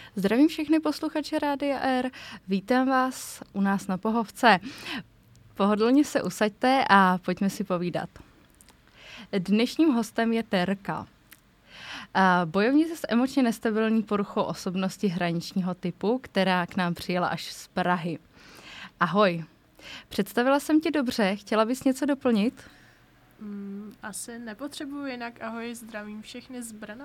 Zdravím všechny posluchače Rádia R, vítám vás u nás na Pohovce. Pohodlně se usaďte a pojďme si povídat. Dnešním hostem je Terka. Bojovnice s emočně nestabilní poruchou osobnosti hraničního typu, která k nám přijela až z Prahy. Ahoj, představila jsem ti dobře, chtěla bys něco doplnit? Asi nepotřebuji, jinak ahoj, zdravím všechny z Brna.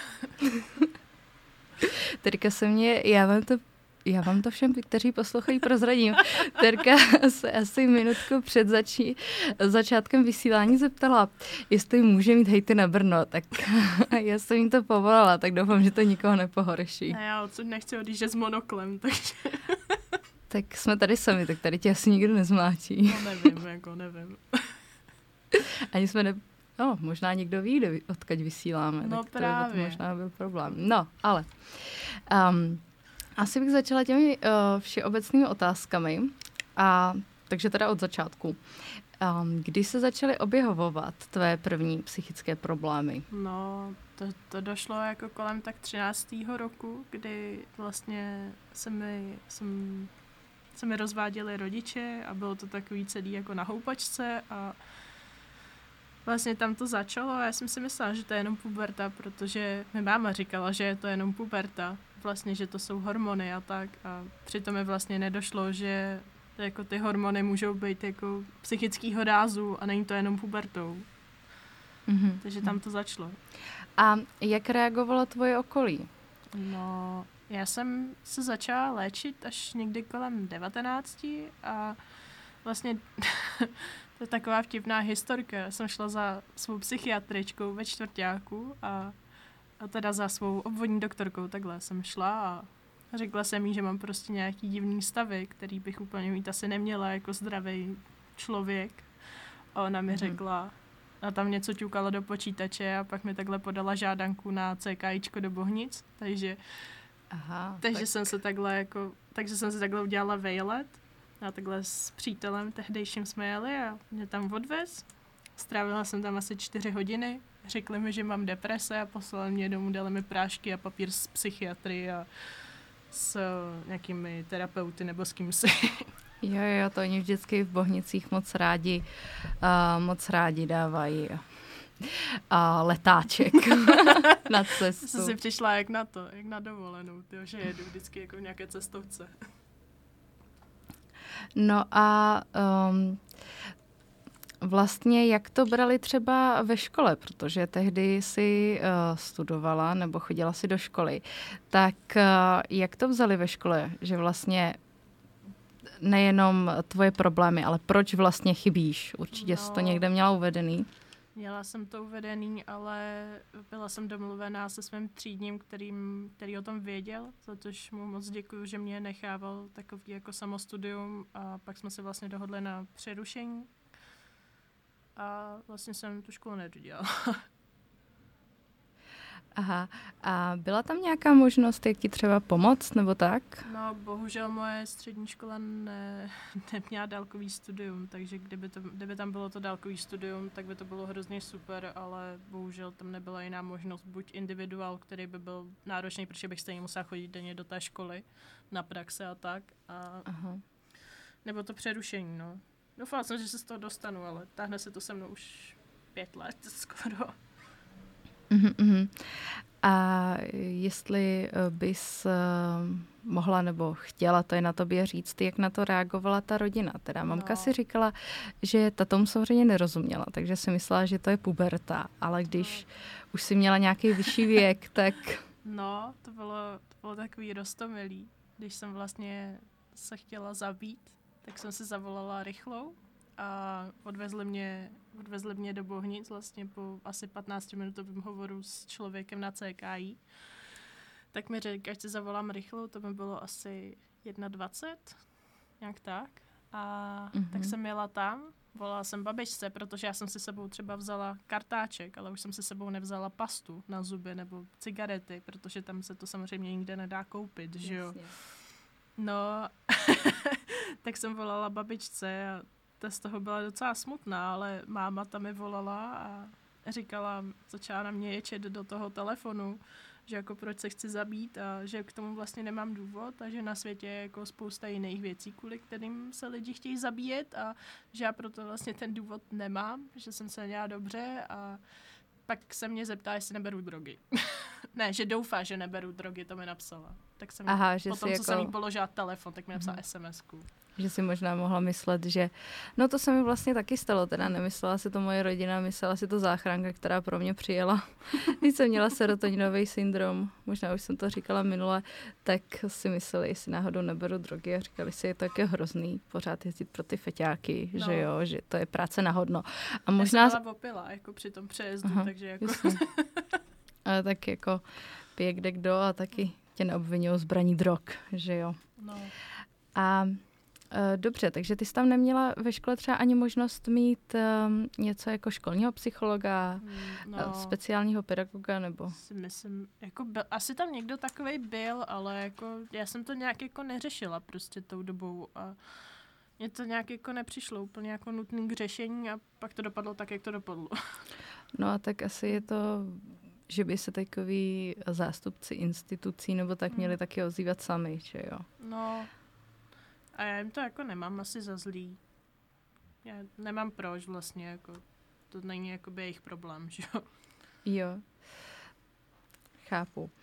Terka se mě, já vám to všem, kteří poslouchají, prozradím. Terka se asi minutku před začátkem vysílání zeptala, jestli může mít hejty na Brno, tak já jsem jim to povolala, tak doufám, že to nikoho nepohorší. A já odsud nechci odjíždět s monoklem, takže... Tak jsme tady sami, tak tady tě asi nikdo nezmlátí. No nevím. Ani jsme možná někdo ví, odkud vysíláme. No tak právě. To možná byl problém. No, ale... asi bych začala těmi všeobecnými otázkami, takže teda od začátku. Kdy se začaly objevovat tvé první psychické problémy? No, to došlo jako kolem tak 13. roku, kdy vlastně se mi rozváděli rodiče a bylo to takový celý jako na houpačce a vlastně tam to začalo a já jsem si myslela, že to je jenom puberta, protože mi máma říkala, že je to jenom puberta, vlastně, že to jsou hormony a tak a přitom mi vlastně nedošlo, že jako ty hormony můžou být jako psychického rázu a není to jenom pubertou. Mm-hmm. Takže tam to začalo. A jak reagovalo tvoje okolí? No, já jsem se začala léčit až někdy kolem 19 a vlastně to je taková vtipná historka. Já jsem šla za svou psychiatričkou ve čtvrťáku a teda za svou obvodní doktorkou takhle jsem šla a řekla jsem jí, že mám prostě nějaký divný stavy, který bych úplně mít asi neměla jako zdravý člověk. A ona mi řekla, a tam něco ťukala do počítače a pak mi takhle podala žádanku na CKIčko do Bohnic, takže jsem se takhle udělala vejlet a takhle s přítelem tehdejším jsme jeli a mě tam odvez. Strávila jsem tam asi 4 hodiny, řekli mi, že mám deprese a poslali mě domů, dali mi prášky a papír z psychiatry a s nějakými terapeuty nebo s kým si. Jo, to oni vždycky v Bohnicích moc rádi dávají letáček na cestu. Jsem si přišla jak na dovolenou, že jedu vždycky jako v nějaké cestovce. No a vlastně jak to brali třeba ve škole, protože tehdy si studovala nebo chodila si do školy, tak jak to vzali ve škole, že vlastně nejenom tvoje problémy, ale proč vlastně chybíš? Určitě jsi to někde měla uvedený. Měla jsem to uvedený, ale byla jsem domluvená se svým třídním, který o tom věděl, za tož mu moc děkuju, že mě nechával takový jako samostudium a pak jsme se vlastně dohodli na přerušení a vlastně jsem tu školu nedodělala. Aha, a byla tam nějaká možnost, jak ti třeba pomoct, nebo tak? No, bohužel moje střední škola neměla dálkový studium, takže kdyby tam bylo to dálkový studium, tak by to bylo hrozně super, ale bohužel tam nebyla jiná možnost, buď individuál, který by byl náročný, protože bych stejně musela chodit denně do té školy na praxe a tak, nebo to přerušení, no. Doufala jsem, že se z toho dostanu, ale táhne se to se mnou už 5 let skoro. A jestli bys mohla nebo chtěla, to je na tobě říct, jak na to reagovala ta rodina. Teda mamka si říkala, že ta tomu samozřejmě nerozuměla, takže si myslela, že to je puberta, ale když už si měla nějaký vyšší věk, tak... No, to bylo takový roztomilý. Když jsem vlastně se chtěla zabít, tak jsem si zavolala rychlou a odvezli mě do Bohnic vlastně po asi 15-minutovém hovoru s člověkem na CKI. Tak mi řekl, až si zavolám rychlou, to by bylo asi 21, nějak tak. A tak jsem jela tam, volala jsem babičce, protože já jsem si sebou třeba vzala kartáček, ale už jsem si sebou nevzala pastu na zuby nebo cigarety, protože tam se to samozřejmě nikde nedá koupit, že jo. No, tak jsem volala babičce a ta z toho byla docela smutná, ale máma tam mi volala a začala na mě ječet do toho telefonu, že jako proč se chci zabít a že k tomu vlastně nemám důvod a že na světě je jako spousta jiných věcí, kvůli kterým se lidi chtějí zabíjet a že já proto vlastně ten důvod nemám, že jsem se měla dobře a pak se mě zeptá, jestli neberu drogy. Ne, že doufá, že neberu drogy, to mi napsala. Tak jsem potom, co jsem jí položila telefon, tak mi napsala SMS-ku. Že si možná mohla myslet, že no to se mi vlastně taky stalo, teda nemyslela si to moje rodina, myslela si to záchranka, která pro mě přijela. Když jsem měla serotoninový syndrom, možná už jsem to říkala minule, tak si mysleli, jestli náhodou neberu drogy a říkali si, je to taky hrozný pořád jezdit pro ty feťáky, že jo, že to je práce na hodno. A možná... Já jsem byla opila, jako při tom přejezdu, takže jako... Ale tak jako pije kdekdo a taky tě neobvinují zbraní drog, že jo. No. A dobře, takže ty jsi tam neměla ve škole třeba ani možnost mít něco jako školního psychologa, speciálního pedagoga, nebo? Myslím, jako asi tam někdo takovej byl, ale jako já jsem to nějak jako neřešila prostě tou dobou a mně to nějak jako nepřišlo úplně jako nutný k řešení a pak to dopadlo tak, jak to dopadlo. No a tak asi je to, že by se takový zástupci institucí nebo tak měli taky ozývat sami, že jo? No, a já jim to jako nemám asi za zlý. Já nemám proč vlastně, jako to není jakoby jejich problém, že jo? Jo, chápu.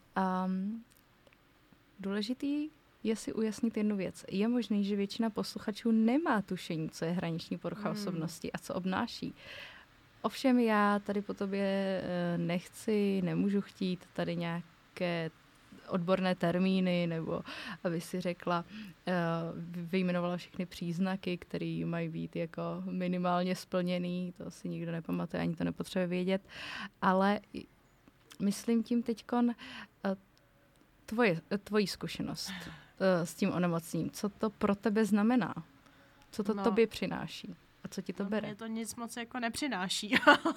Důležitý je si ujasnit jednu věc. Je možný, že většina posluchačů nemá tušení, co je hraniční porucha osobnosti a co obnáší. Ovšem já tady po tobě nemůžu chtít tady nějaké odborné termíny, nebo aby si řekla, vyjmenovala všechny příznaky, které mají být jako minimálně splněný, to si nikdo nepamatuje, ani to nepotřebuje vědět, ale myslím tím teďkon tvoji zkušenost s tím onemocněním. Co to pro tebe znamená? Co to tobě přináší? A co ti to bere? Mě to nic moc jako nepřináší,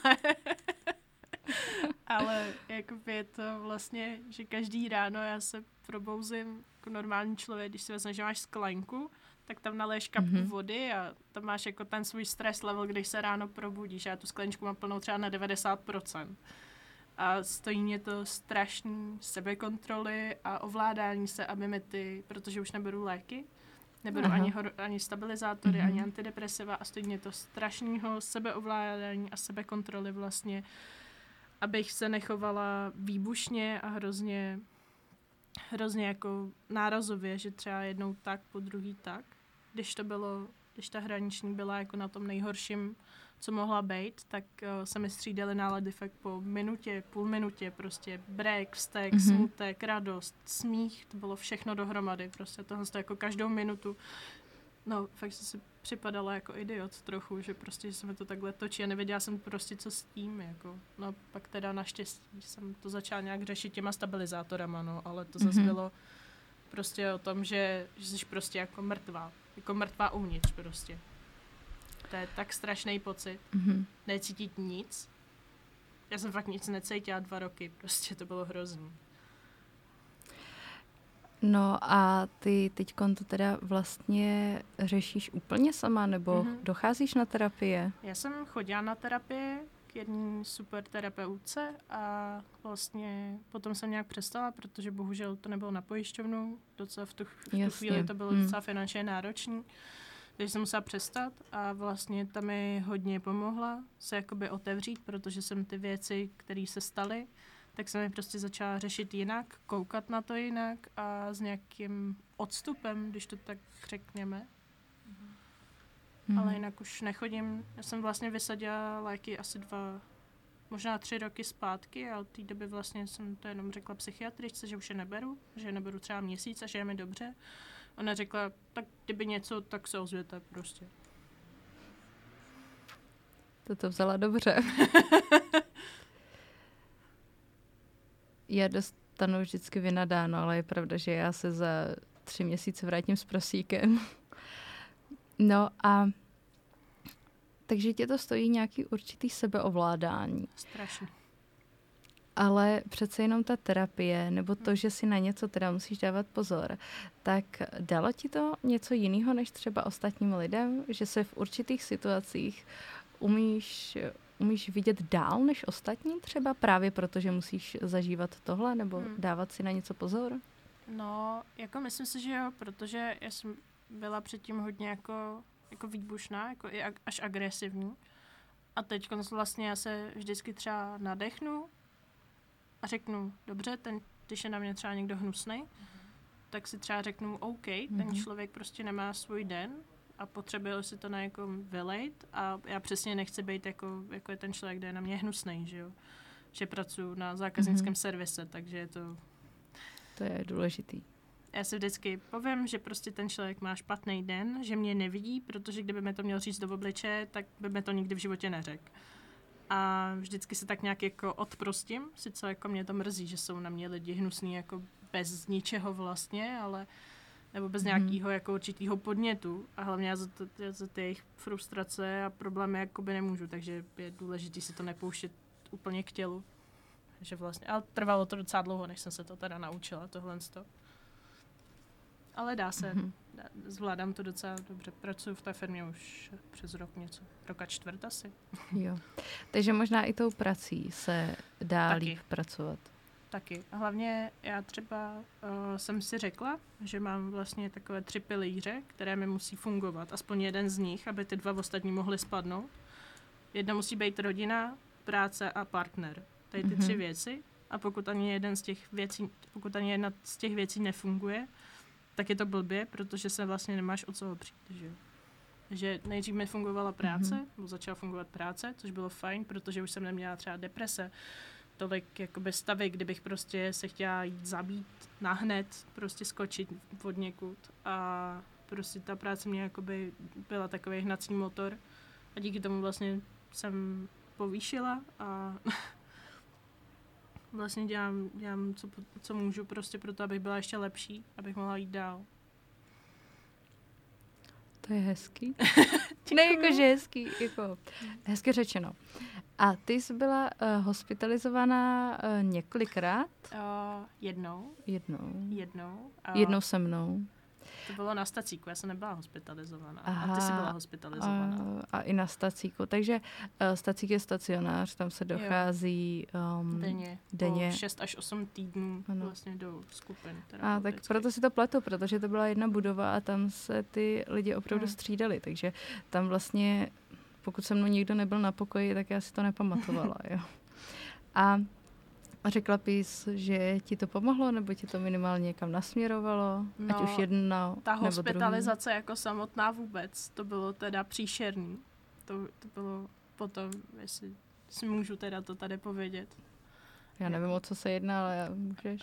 ale jakoby je to vlastně, že každý ráno já se probouzím jako normální člověk, když si vezme, že máš sklenku, tak tam naléješ kapku vody a tam máš jako ten svůj stres level, když se ráno probudíš. Já tu skleničku mám plnou třeba na 90%. A stojí mě to strašný sebekontroly a ovládání se, aby mi protože už neberu léky, neberu ani stabilizátory, ani antidepresiva a stojí mě to strašného sebeovládání a sebekontroly vlastně, abych se nechovala výbušně a hrozně jako nárazově, že třeba jednou tak, po druhý tak. Když ta hraniční byla jako na tom nejhorším, co mohla být, tak se mi střídaly nálady fakt po minutě, půl minutě, prostě brek, vztek, smutek, radost, smích, to bylo všechno dohromady, prostě tohle jako každou minutu. No, fakt jsem si připadala jako idiot trochu, že prostě že se mi to takhle točí a nevěděla jsem prostě, co s tím, jako. No, pak teda naštěstí jsem to začala nějak řešit těma stabilizátorama, no, ale to zase bylo prostě o tom, že jsi prostě jako mrtvá uvnitř prostě. To je tak strašný pocit, necítit nic. Já jsem fakt nic necítila 2 roky, prostě to bylo hrozný. No a ty teďkon to teda vlastně řešíš úplně sama, nebo docházíš na terapie? Já jsem chodila na terapii k jedné super terapeutce a vlastně potom jsem nějak přestala, protože bohužel to nebylo na pojišťovnu, docela v tu chvíli to bylo docela finančně náročný. Takže jsem musela přestat a vlastně ta mi hodně pomohla se jakoby otevřít, protože jsem ty věci, které se staly, tak jsem je prostě začala řešit jinak, koukat na to jinak a s nějakým odstupem, když to tak řekněme. Ale jinak už nechodím. Já jsem vlastně vysadila léky asi 2, možná 3 roky zpátky a od té doby vlastně jsem to jenom řekla psychiatričce, že už je neberu, že je neberu třeba měsíc a že je mi dobře. Ona řekla, tak kdyby něco, tak se ozvěte prostě. To vzala dobře. Já dostanu vždycky vynadáno, ale je pravda, že já se za 3 měsíce vrátím s prosíkem. No a takže tě to stojí nějaký určitý sebeovládání. Strašně. Ale přece jenom ta terapie, nebo to, že si na něco teda musíš dávat pozor, tak dalo ti to něco jiného než třeba ostatním lidem? Že se v určitých situacích umíš umíš vidět dál než ostatní třeba právě proto, že musíš zažívat tohle nebo dávat si na něco pozor? No, jako myslím si, že jo, protože já jsem byla předtím hodně jako výbušná, jako i až agresivní. A teď vlastně já se vždycky třeba nadechnu a řeknu, dobře, když je na mě třeba někdo hnusnej, tak si třeba řeknu, OK, ten člověk prostě nemá svůj den a potřebuje si to na jako vylejt a já přesně nechci být jako je ten člověk, kde je na mě hnusnej, že jo. Že pracuji na zákaznickém servise, takže je to... To je důležitý. Já si vždycky povím, že prostě ten člověk má špatný den, že mě nevidí, protože kdyby mi to měl říct do obličeje, tak by mi to nikdy v životě neřekl. A vždycky se tak nějak jako odprostím, sice jako mě to mrzí, že jsou na mě lidi hnusný jako bez ničeho vlastně, ale nebo bez nějakého jako určitého podnětu a hlavně já za ty jejich frustrace a problémy jakoby nemůžu, takže je důležité si to nepouštět úplně k tělu. Že vlastně, ale trvalo to docela dlouho, než jsem se to teda naučila, tohle. Ale dá se, zvládám to docela dobře. Pracuji v té firmě už přes rok a čtvrt asi. Jo. Takže možná i tou prací se dá Taky. líp pracovat. Taky. A hlavně já třeba jsem si řekla, že mám vlastně takové 3 pilíře, které mi musí fungovat. Aspoň jeden z nich, aby ty 2 ostatní mohly spadnout. Jedna musí být rodina, práce a partner. Tady ty 3 věci. A pokud ani jedna z těch věcí nefunguje, tak je to blbě, protože se vlastně nemáš o co opřít. Že nejdřív mi fungovala práce, začala fungovat práce, což bylo fajn, protože už jsem neměla třeba deprese, tolik jakoby stavy, kdybych prostě se chtěla jít zabít nahned, prostě skočit od někud a prostě ta práce mě jakoby byla takový hnací motor a díky tomu vlastně jsem povýšila a vlastně dělám co můžu prostě pro to, abych byla ještě lepší, abych mohla jít dál. To je hezký. Ne, jakože hezký, jako hezky řečeno. A ty jsi byla hospitalizovaná několikrát? Jednou. Jednou se mnou. To bylo na Stacíku, já jsem nebyla hospitalizovaná. Aha, a ty jsi byla hospitalizovaná. A i na Stacíku. Takže Stacík je stacionář, tam se dochází denně. 6 až 8 týdnů vlastně do skupin. A tak proto si to pletu, protože to byla jedna budova a tam se ty lidi opravdu střídali. Takže tam vlastně, pokud se mnou nikdo nebyl na pokoji, tak já si to nepamatovala. Jo. A řekla bys, že ti to pomohlo, nebo ti to minimálně někam nasměrovalo? No, ať už jedno, ta nebo hospitalizace jako samotná vůbec, to bylo teda příšerný. To bylo potom, jestli si můžu teda to tady povědět. Já nevím, o co se jedná, ale můžeš.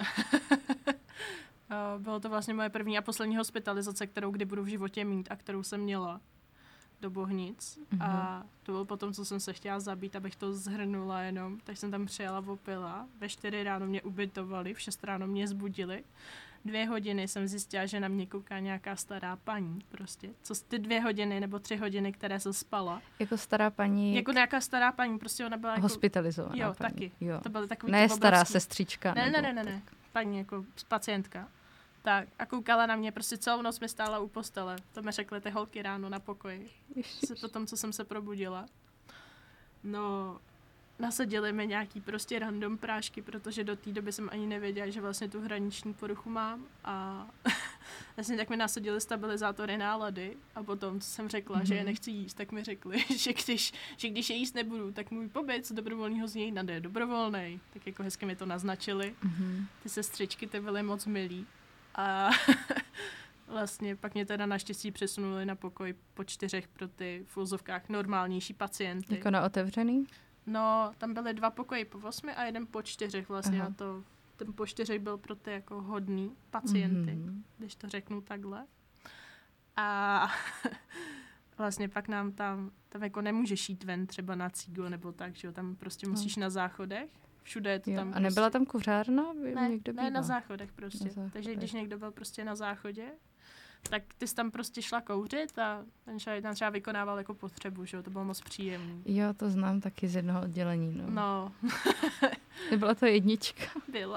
Bylo to vlastně moje první a poslední hospitalizace, kterou kdy budu v životě mít a kterou jsem měla do Bohnic. A to bylo potom, co jsem se chtěla zabít, abych to zhrnula jenom. Tak jsem tam přijela opila. Ve 4 ráno mě ubytovali, v 6 ráno mě zbudili. 2 hodiny jsem zjistila, že na mě kouká nějaká stará paní prostě. Co ty 2 hodiny nebo 3 hodiny, které jsem spala. Jako stará paní? Jako nějaká stará paní, prostě ona byla jako... Hospitalizovaná jo, paní. taky. Jo. To bylo takový ne stará obrovský... sestřička. Ne. Paní jako pacientka. Tak a koukala na mě, prostě celou noc mi stála u postele. To mi řekly ty holky ráno na pokoji. Potom, co jsem se probudila. No, nasadili mi nějaký prostě random prášky, protože do té doby jsem ani nevěděla, že vlastně tu hraniční poruchu mám. A vlastně tak mi nasadili stabilizátory nálady. A potom, co jsem řekla, že je nechci jíst, tak mi řekli, že když je jíst nebudu, tak můj pobyt z dobrovolného z něj nade dobrovolnej. Tak jako hezky mi to naznačili. Ty sestřičky, ty byly moc milý. A vlastně pak mě teda naštěstí přesunuli na pokoj po 4 pro ty v úzovkách normálnější pacienty. Jako na otevřený? No, tam byly 2 pokoje po 8 a jeden po 4 vlastně. A ten po 4 byl pro ty jako hodný pacienty, když to řeknu takhle. A vlastně pak nám tam jako nemůžeš jít ven třeba na cígo nebo tak, že jo, tam prostě musíš na záchodech. Všude je to tam A nebyla tam kuřárna? Ne, na záchodech prostě. Takže když někdo byl prostě na záchodě, tak ty jsi tam prostě šla kouřit a ten člověk tam třeba vykonával jako potřebu, že jo, to bylo moc příjemný. Jo, to znám taky z jednoho oddělení, no. No. Nebyla to jednička? Byla.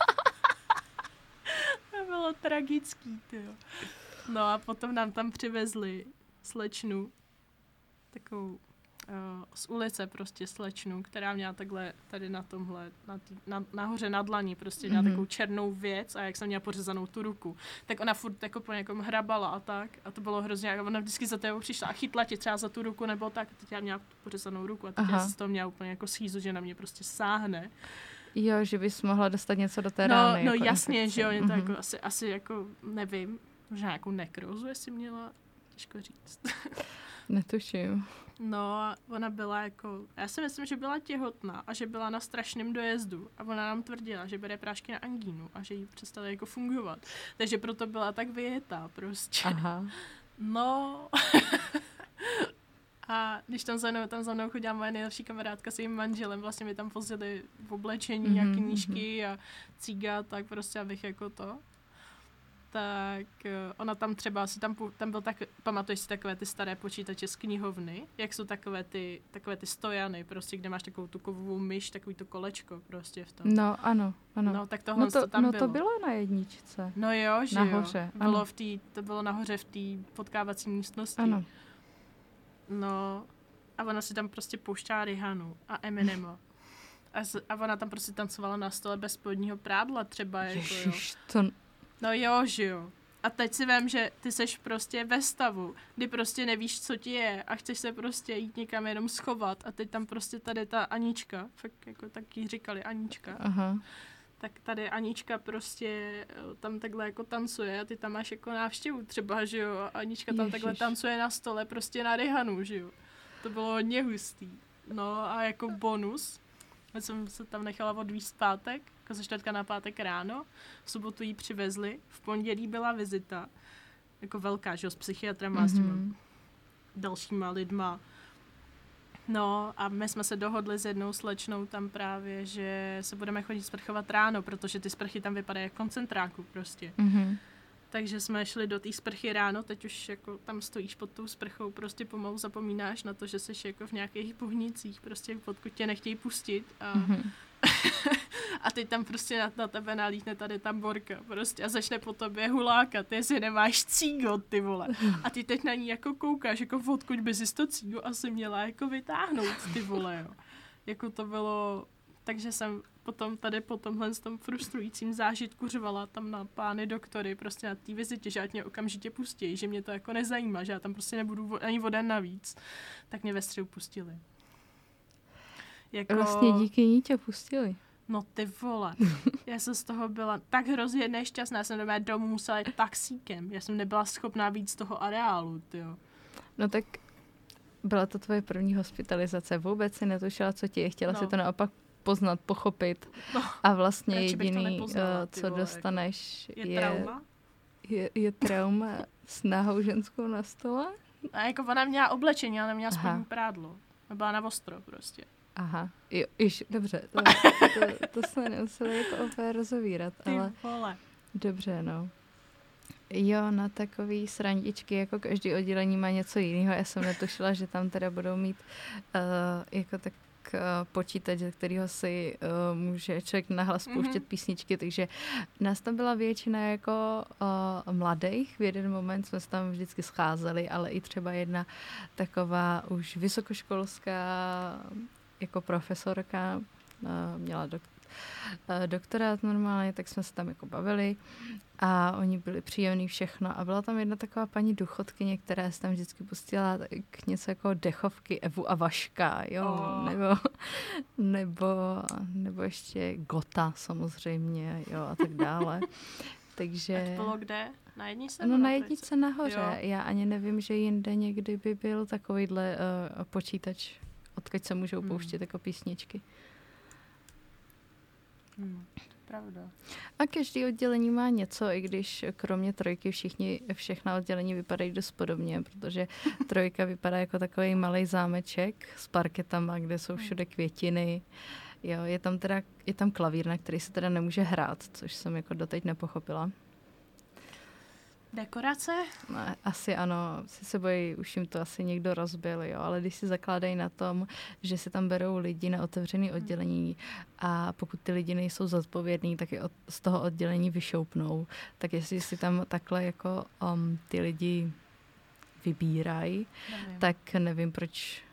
To bylo tragický, tyjo. No a potom nám tam přivezli slečnu, takovou z ulice prostě slečnu, která měla takhle tady na tomhle, nahoře na dlani prostě měla takovou černou věc a jak jsem měla pořezanou tu ruku, tak ona furt jako po někom hrabala a tak a to bylo hrozně, a ona vždycky za tebou přišla a chytla tě třeba za tu ruku nebo tak a teď já měla pořezanou ruku a teď já z toho měla úplně jako schýzu, že na mě prostě sáhne. Jo, že bys mohla dostat něco do té rány. No jako jasně, infekce. že jo, to jako asi jako nevím, možná nějakou nekrózu, jestli měla, těžko říct. Netuším. No a ona byla jako, já si myslím, že byla těhotná a že byla na strašném dojezdu a ona nám tvrdila, že bere prášky na angínu a že jí přestala jako fungovat. Takže proto byla tak vyjetá prostě. Aha. No. A když tam za mnou chodila moje nejlepší kamarádka s jejím manželem, vlastně mi tam vozili v oblečení a knížky a cíga, tak prostě abych jako to. Tak ona tam třeba tam byl tak, pamatuješ si takové ty staré počítače z knihovny, jak jsou takové ty stojany, prostě, kde máš takovou tu kovovou myš, takový to kolečko prostě v tom. No, ano. No, tak tohle to tam bylo. No to bylo na jedničce. No jo, že nahoře, jo. To bylo nahoře v té potkávací místnosti. Ano. No, a ona si tam prostě pouštěla Rihanu a Eminema. A ona tam prostě tancovala na stole bez spodního prádla třeba. Ježiš, jako, jo. No jo, že jo. A teď si vem, že ty seš prostě ve stavu, kdy prostě nevíš, co ti je a chceš se prostě jít někam jenom schovat a teď tam prostě tady ta Anička, fakt jako tak jí říkali Anička. Aha. Tak tady Anička prostě tam takhle jako tancuje a ty tam máš jako návštěvu třeba, že jo. A Anička tam takhle tancuje na stole prostě na Rihanu, že jo. To bylo hodně hustý. No a jako bonus, já jsem se tam nechala odvízt pátek, jako ze čtvrtka na pátek ráno, v sobotu jí přivezli, v pondělí byla vizita, jako velká, že jo, s psychiatrem a s těma dalšíma lidma. No a my jsme se dohodli s jednou slečnou tam právě, že se budeme chodit sprchovat ráno, protože ty sprchy tam vypadají jako koncentráku prostě. Takže jsme šli do té sprchy ráno, teď už jako tam stojíš pod tou sprchou, prostě pomalu zapomínáš na to, že jsi jako v nějakých pohnicích, prostě podkud tě nechtějí pustit a teď tam prostě na tebe nalítne tady ta borka prostě a začne po tobě hulákat, jestli nemáš cígo, ty vole. A ty teď na ní jako koukáš, jako odkud by si to cígo asi měla jako vytáhnout, ty vole, jo. Jako to bylo, takže jsem potom tady po tomhle s tom frustrujícím zážitku řvala tam na pány doktory prostě na té vizitě, že ať mě okamžitě pustí, že mě to jako nezajímá, že já tam prostě nebudu ani o den navíc. Tak mě ve středu pustili. Jako... Vlastně díky ní tě pustili. No ty vole, já jsem z toho byla tak hrozně nešťastná, já jsem do mé domu musela jít taxíkem, já jsem nebyla schopná víc z toho areálu, tyjo. No tak byla to tvoje první hospitalizace, vůbec si netušila, co ti je, chtěla si to naopak poznat, pochopit a vlastně jediný, co dostaneš, je trauma s nahou ženskou na stole. A jako ona měla oblečení, ale neměla spodní prádlo. Byla na ostro prostě. Aha, jo, dobře, to jsme nemuseli jako opět rozovírat, ale vole. Dobře, no. Jo, na takový srandičky, jako každý oddělení má něco jiného. Já jsem netušila, že tam teda budou mít jako tak počítač, ze kterého si může člověk nahlas pouštět písničky, takže nás tam byla většina jako mladých. V jeden moment jsme se tam vždycky scházeli, ale i třeba jedna taková už vysokoškolská jako profesorka, měla doktorát normálně, tak jsme se tam jako bavili a oni byli příjemný všechno a byla tam jedna taková paní důchodkyně, která se tam vždycky pustila k něco jako dechovky Evu a Vaška, jo, nebo ještě Gota samozřejmě, jo, a tak dále. Takže... A to bylo kde? Na jedničce? No na jedničce nahoře. Jo. Já ani nevím, že jinde někdy by byl takovýhle počítač, odkud se můžou pouštět jako písničky. Pravda. A každý oddělení má něco, i když kromě trojky všechna oddělení vypadají dost podobně, protože trojka vypadá jako takový malý zámeček s parketama, kde jsou všude květiny. Jo, je tam klavír, na který se teda nemůže hrát, což jsem jako doteď nepochopila. Dekorace? No, asi ano, si se bojí, už jim to asi někdo rozbil, jo, ale když si zakládají na tom, že si tam berou lidi na otevřené oddělení a pokud ty lidi nejsou zodpovědní, tak je z toho oddělení vyšoupnou, tak jestli si tam takhle jako ty lidi vybírají, tak nevím, proč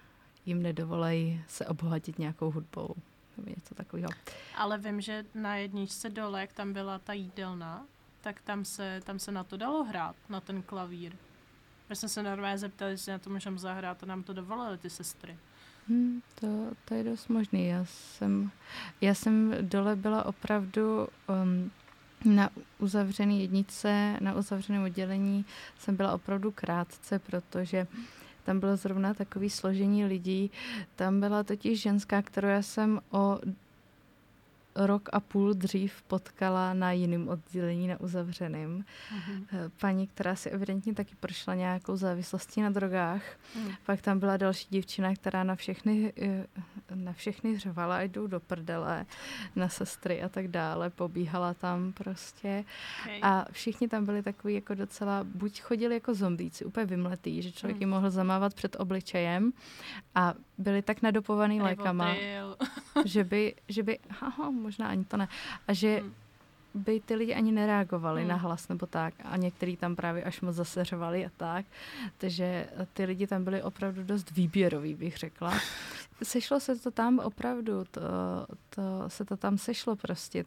jim nedovolej se obohatit nějakou hudbou. Nebo něco takového. Ale vím, že na jedničce dole, jak tam byla ta jídelna, tak tam se na to dalo hrát, na ten klavír. My jsme se normálně zeptali, jestli na to můžeme zahrát a nám to dovolili ty sestry. To je dost možný. Já jsem dole byla opravdu na uzavřené jedničce, na uzavřeném oddělení jsem byla opravdu krátce, protože tam bylo zrovna takový složení lidí. Tam byla totiž ženská, kterou já jsem o rok a půl dřív potkala na jiném oddělení, na uzavřeném. Paní, která si evidentně taky prošla nějakou závislostí na drogách. Pak tam byla další děvčina, která na všechny řvala, jdou do prdele, na sestry a tak dále. Pobíhala tam prostě. Okay. A všichni tam byli takový jako docela, buď chodili jako zombíci, úplně vymletý, že člověk jim mohl zamávat před obličejem a byli tak nadopovaný lékama, že by možná ani to ne. A že by ty lidi ani nereagovali na hlas nebo tak. A některý tam právě až moc zaseřovali a tak. Takže ty lidi tam byli opravdu dost výběrový, bych řekla. Sešlo se to tam opravdu. Se to tam sešlo prostě.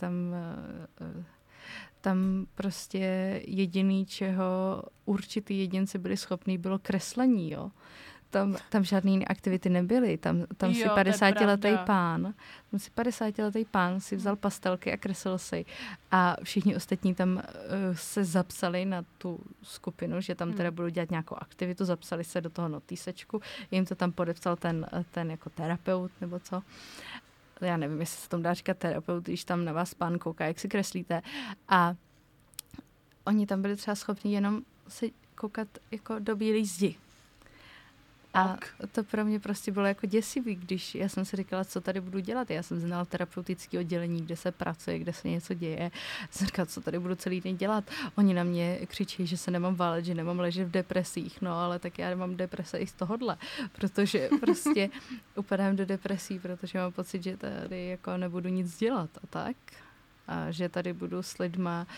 Tam prostě jediný, čeho určitý jedinci byli schopní, bylo kreslení, jo. Tam žádný aktivity nebyly. Tam si 50letý pán si vzal pastelky a kreslil si. A všichni ostatní tam se zapsali na tu skupinu, že tam teda budou dělat nějakou aktivitu, zapsali se do toho notýsečku. Jim to tam podepsal ten jako terapeut nebo co. Já nevím, jestli se tomu dá říkat terapeut, když tam na vás pán kouká, jak si kreslíte. A oni tam byli třeba schopni jenom se koukat jako do bílý zdi. A to pro mě prostě bylo jako děsivý, když já jsem si říkala, co tady budu dělat. Já jsem znala terapeutické oddělení, kde se pracuje, kde se něco děje. Jsem říkala, co tady budu celý den dělat. Oni na mě křičí, že se nemám válet, že nemám ležet v depresích. No, ale tak já mám deprese i z tohohle, protože prostě upadám do depresí, protože mám pocit, že tady jako nebudu nic dělat a tak. A že tady budu s lidma,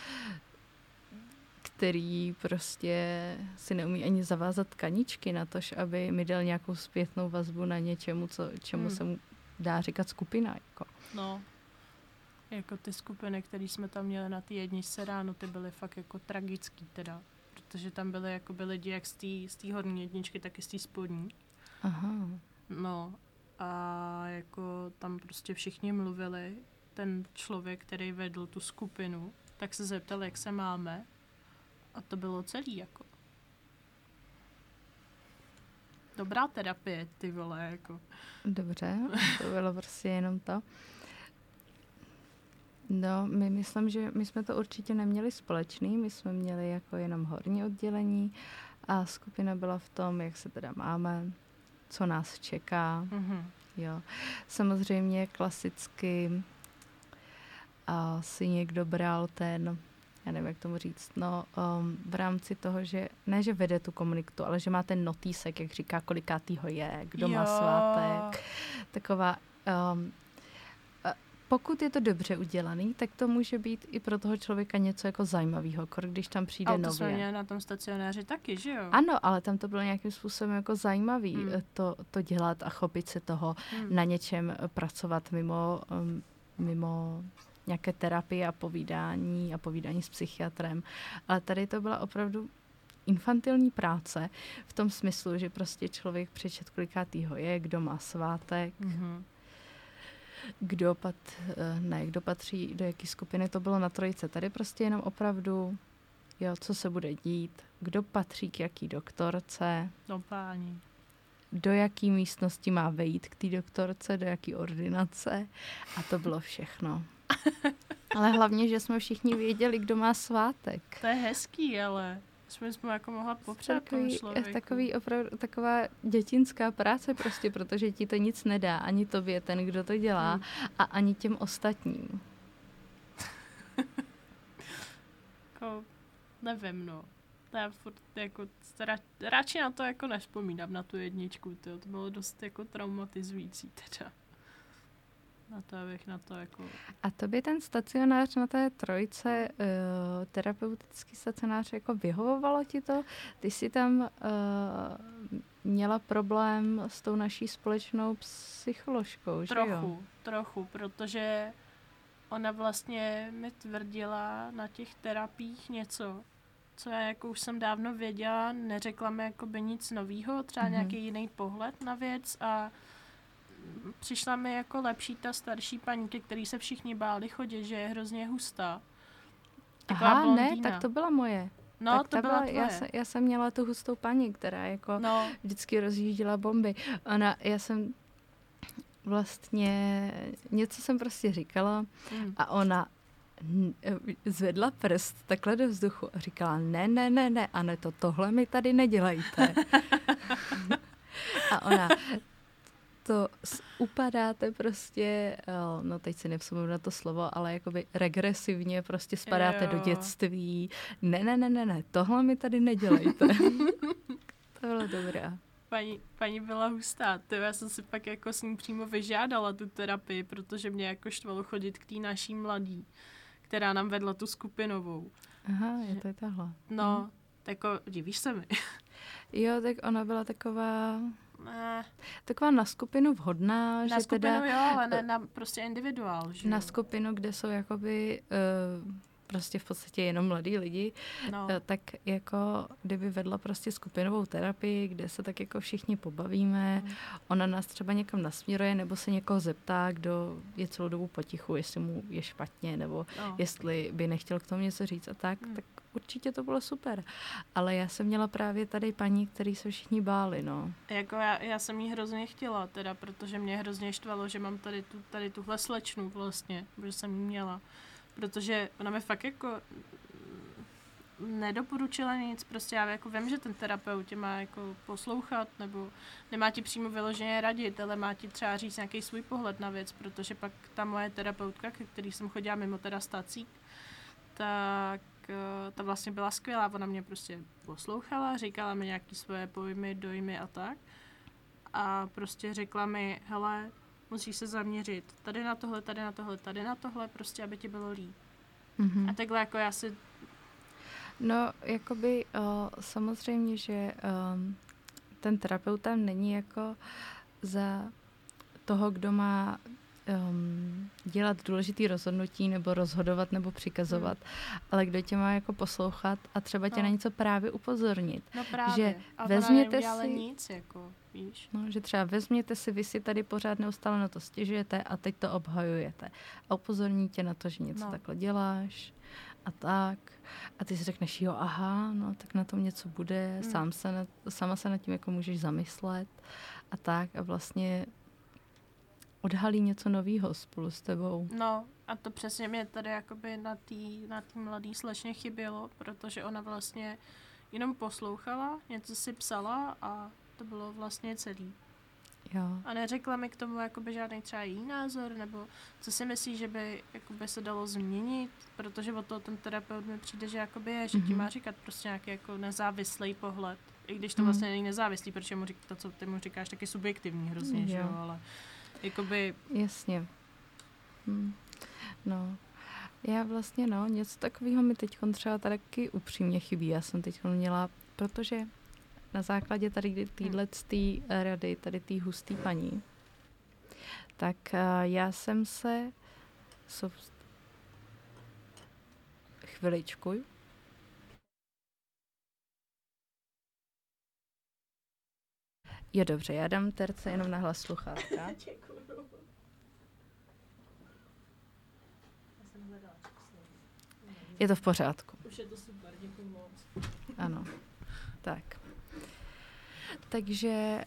který prostě si neumí ani zavázat kaničky na to, aby mi dal nějakou zpětnou vazbu na něčemu, čemu se mu dá říkat skupina. Jako. No, jako ty skupiny, které jsme tam měli na té jedničce ráno, ty byly fakt jako tragický teda, protože tam byly jakoby lidi jak z té horní jedničky, tak i z té spodní. Aha. No a jako tam prostě všichni mluvili, ten člověk, který vedl tu skupinu, tak se zeptal, jak se máme. A to bylo celý, jako. Dobrá terapie, ty vole, jako. Dobře, to bylo prostě jenom to. No, myslím, že my jsme to určitě neměli společný, my jsme měli jako jenom horní oddělení a skupina byla v tom, jak se teda máme, co nás čeká. Jo. Samozřejmě klasicky si někdo bral já nevím, jak tomu říct, v rámci toho, že ne, že vede tu komunitu, ale že má ten notýsek, jak říká, kolikátýho je, kdo má svátek. Taková, pokud je to dobře udělaný, tak to může být i pro toho člověka něco jako zajímavého, když tam přijde nově. Ale to jsme měli na tom stacionáři taky, že jo? Ano, ale tam to bylo nějakým způsobem jako zajímavý to dělat a chopit se toho, na něčem pracovat mimo nějaké terapie a povídání s psychiatrem. Ale tady to byla opravdu infantilní práce v tom smyslu, že prostě člověk přečet, kolikátýho je, kdo má svátek, kdo patří do jaký skupiny. To bylo na trojice. Tady prostě jenom opravdu, co se bude dít, kdo patří k jaký doktorce. No páni. Do jaký místnosti má vejít k té doktorce, do jaký ordinace. A to bylo všechno. Ale hlavně, že jsme všichni věděli, kdo má svátek. To je hezký, ale jsme jako mohla popřát tomu člověku. Taková dětinská práce prostě, protože ti to nic nedá. Ani tobě, ten, kdo to dělá, a ani těm ostatním. Jako, nevím, no. Já furt jako, radši na to jako nevzpomínám, na tu jedničku. To bylo dost jako traumatizující teda. Na to, abych na to jako... A to by ten stacionář na té trojce, terapeutický stacionář, jako vyhovovalo ti to? Ty jsi tam měla problém s tou naší společnou psycholožkou, že jo? Trochu, protože ona vlastně mi tvrdila na těch terapiích něco, co já jako už jsem dávno věděla, neřekla mi jakoby nic novýho, třeba nějaký jiný pohled na věc a přišla mi jako lepší ta starší paní, ke který se všichni báli chodit, že je hrozně hustá. Aha, blondýna. Ne, tak to byla moje. No, tak to byla tvoje. Já jsem měla tu hustou paní, která jako vždycky rozjížděla bomby. Já jsem vlastně, něco jsem prostě říkala a ona zvedla prst takhle do vzduchu a říkala ne, Aneto, tohle mi tady nedělejte. A ona, to upadáte prostě, no teď si nevzpomínám na to slovo, ale jakoby regresivně prostě spadáte do dětství. Ne, tohle mi tady nedělejte. To bylo dobré. Paní byla hustá. Já jsem si pak jako s ní přímo vyžádala tu terapii, protože mě jako štvalo chodit k té naší mladý, která nám vedla tu skupinovou. Aha, je tahle. No, jako divíš se mi. Jo, tak ona byla taková na skupinu vhodná. Na skupinu jo, ale ne na prostě individuál. Že na skupinu, kde jsou jakoby prostě v podstatě jenom mladí lidi, tak jako kdyby vedla prostě skupinovou terapii, kde se tak jako všichni pobavíme, ona nás třeba někam nasměruje, nebo se někoho zeptá, kdo je celou dobu potichu, jestli mu je špatně, nebo jestli by nechtěl k tomu něco říct a tak určitě to bylo super. Ale já jsem měla právě tady paní, který se všichni báli, no. Jako já jsem jí hrozně chtěla teda, protože mě hrozně štvalo, že mám tady tuhle slečnu vlastně, protože jsem jí měla. Protože ona mi fakt jako nedoporučila nic, prostě já jako vím, že ten terapeut tě má jako poslouchat, nebo nemá ti přímo vyloženě radit, ale má ti třeba říct nějaký svůj pohled na věc, protože pak ta moje terapeutka, ke který jsem chodila mimo teda stacík, tak ta vlastně byla skvělá, ona mě prostě poslouchala, říkala mi nějaký svoje pojmy, dojmy a tak a prostě řekla mi, hele, musíš se zaměřit tady na tohle, prostě, aby ti bylo líp. A takhle jako já si... No, jakoby samozřejmě, že ten terapeut tam není jako za toho, kdo má dělat důležitý rozhodnutí nebo rozhodovat nebo přikazovat, ale kdo tě má jako poslouchat a třeba tě na něco právě upozornit. No právě. Že a vezměte si nic, jako, víš. No, že třeba vezměte si, vy si tady pořád neustále na to stěžujete a teď to obhajujete. A upozorní tě na to, že něco takhle děláš a tak. A ty si řekneš, jo, aha, no tak na tom něco bude, sama se nad tím jako můžeš zamyslet a tak a vlastně odhalí něco novýho spolu s tebou. No a to přesně mě tady jakoby na té mladý slečně chybělo, protože ona vlastně jenom poslouchala, něco si psala a to bylo vlastně celý. Jo. A neřekla mi k tomu jakoby žádný třeba jiný názor, nebo co si myslí, že by jakoby se dalo změnit, protože od toho ten terapeut mi přijde, že jakoby je, že ti má říkat prostě nějaký jako nezávislý pohled. I když to vlastně není nezávislý, protože to, co ty mu říkáš, taky subjektivní hrozně, že jo, ale jakoby... Jasně. No. Já vlastně, něco takového mi teď třeba taky upřímně chybí. Já jsem teď měla, protože na základě tady téhletý rady, tady té hustý paní, tak já jsem se chviličku. Jo, dobře, já dám terce jenom na hlas sluchátka. Je to v pořádku. Už je to super, děkuji moc. Ano, tak. Takže,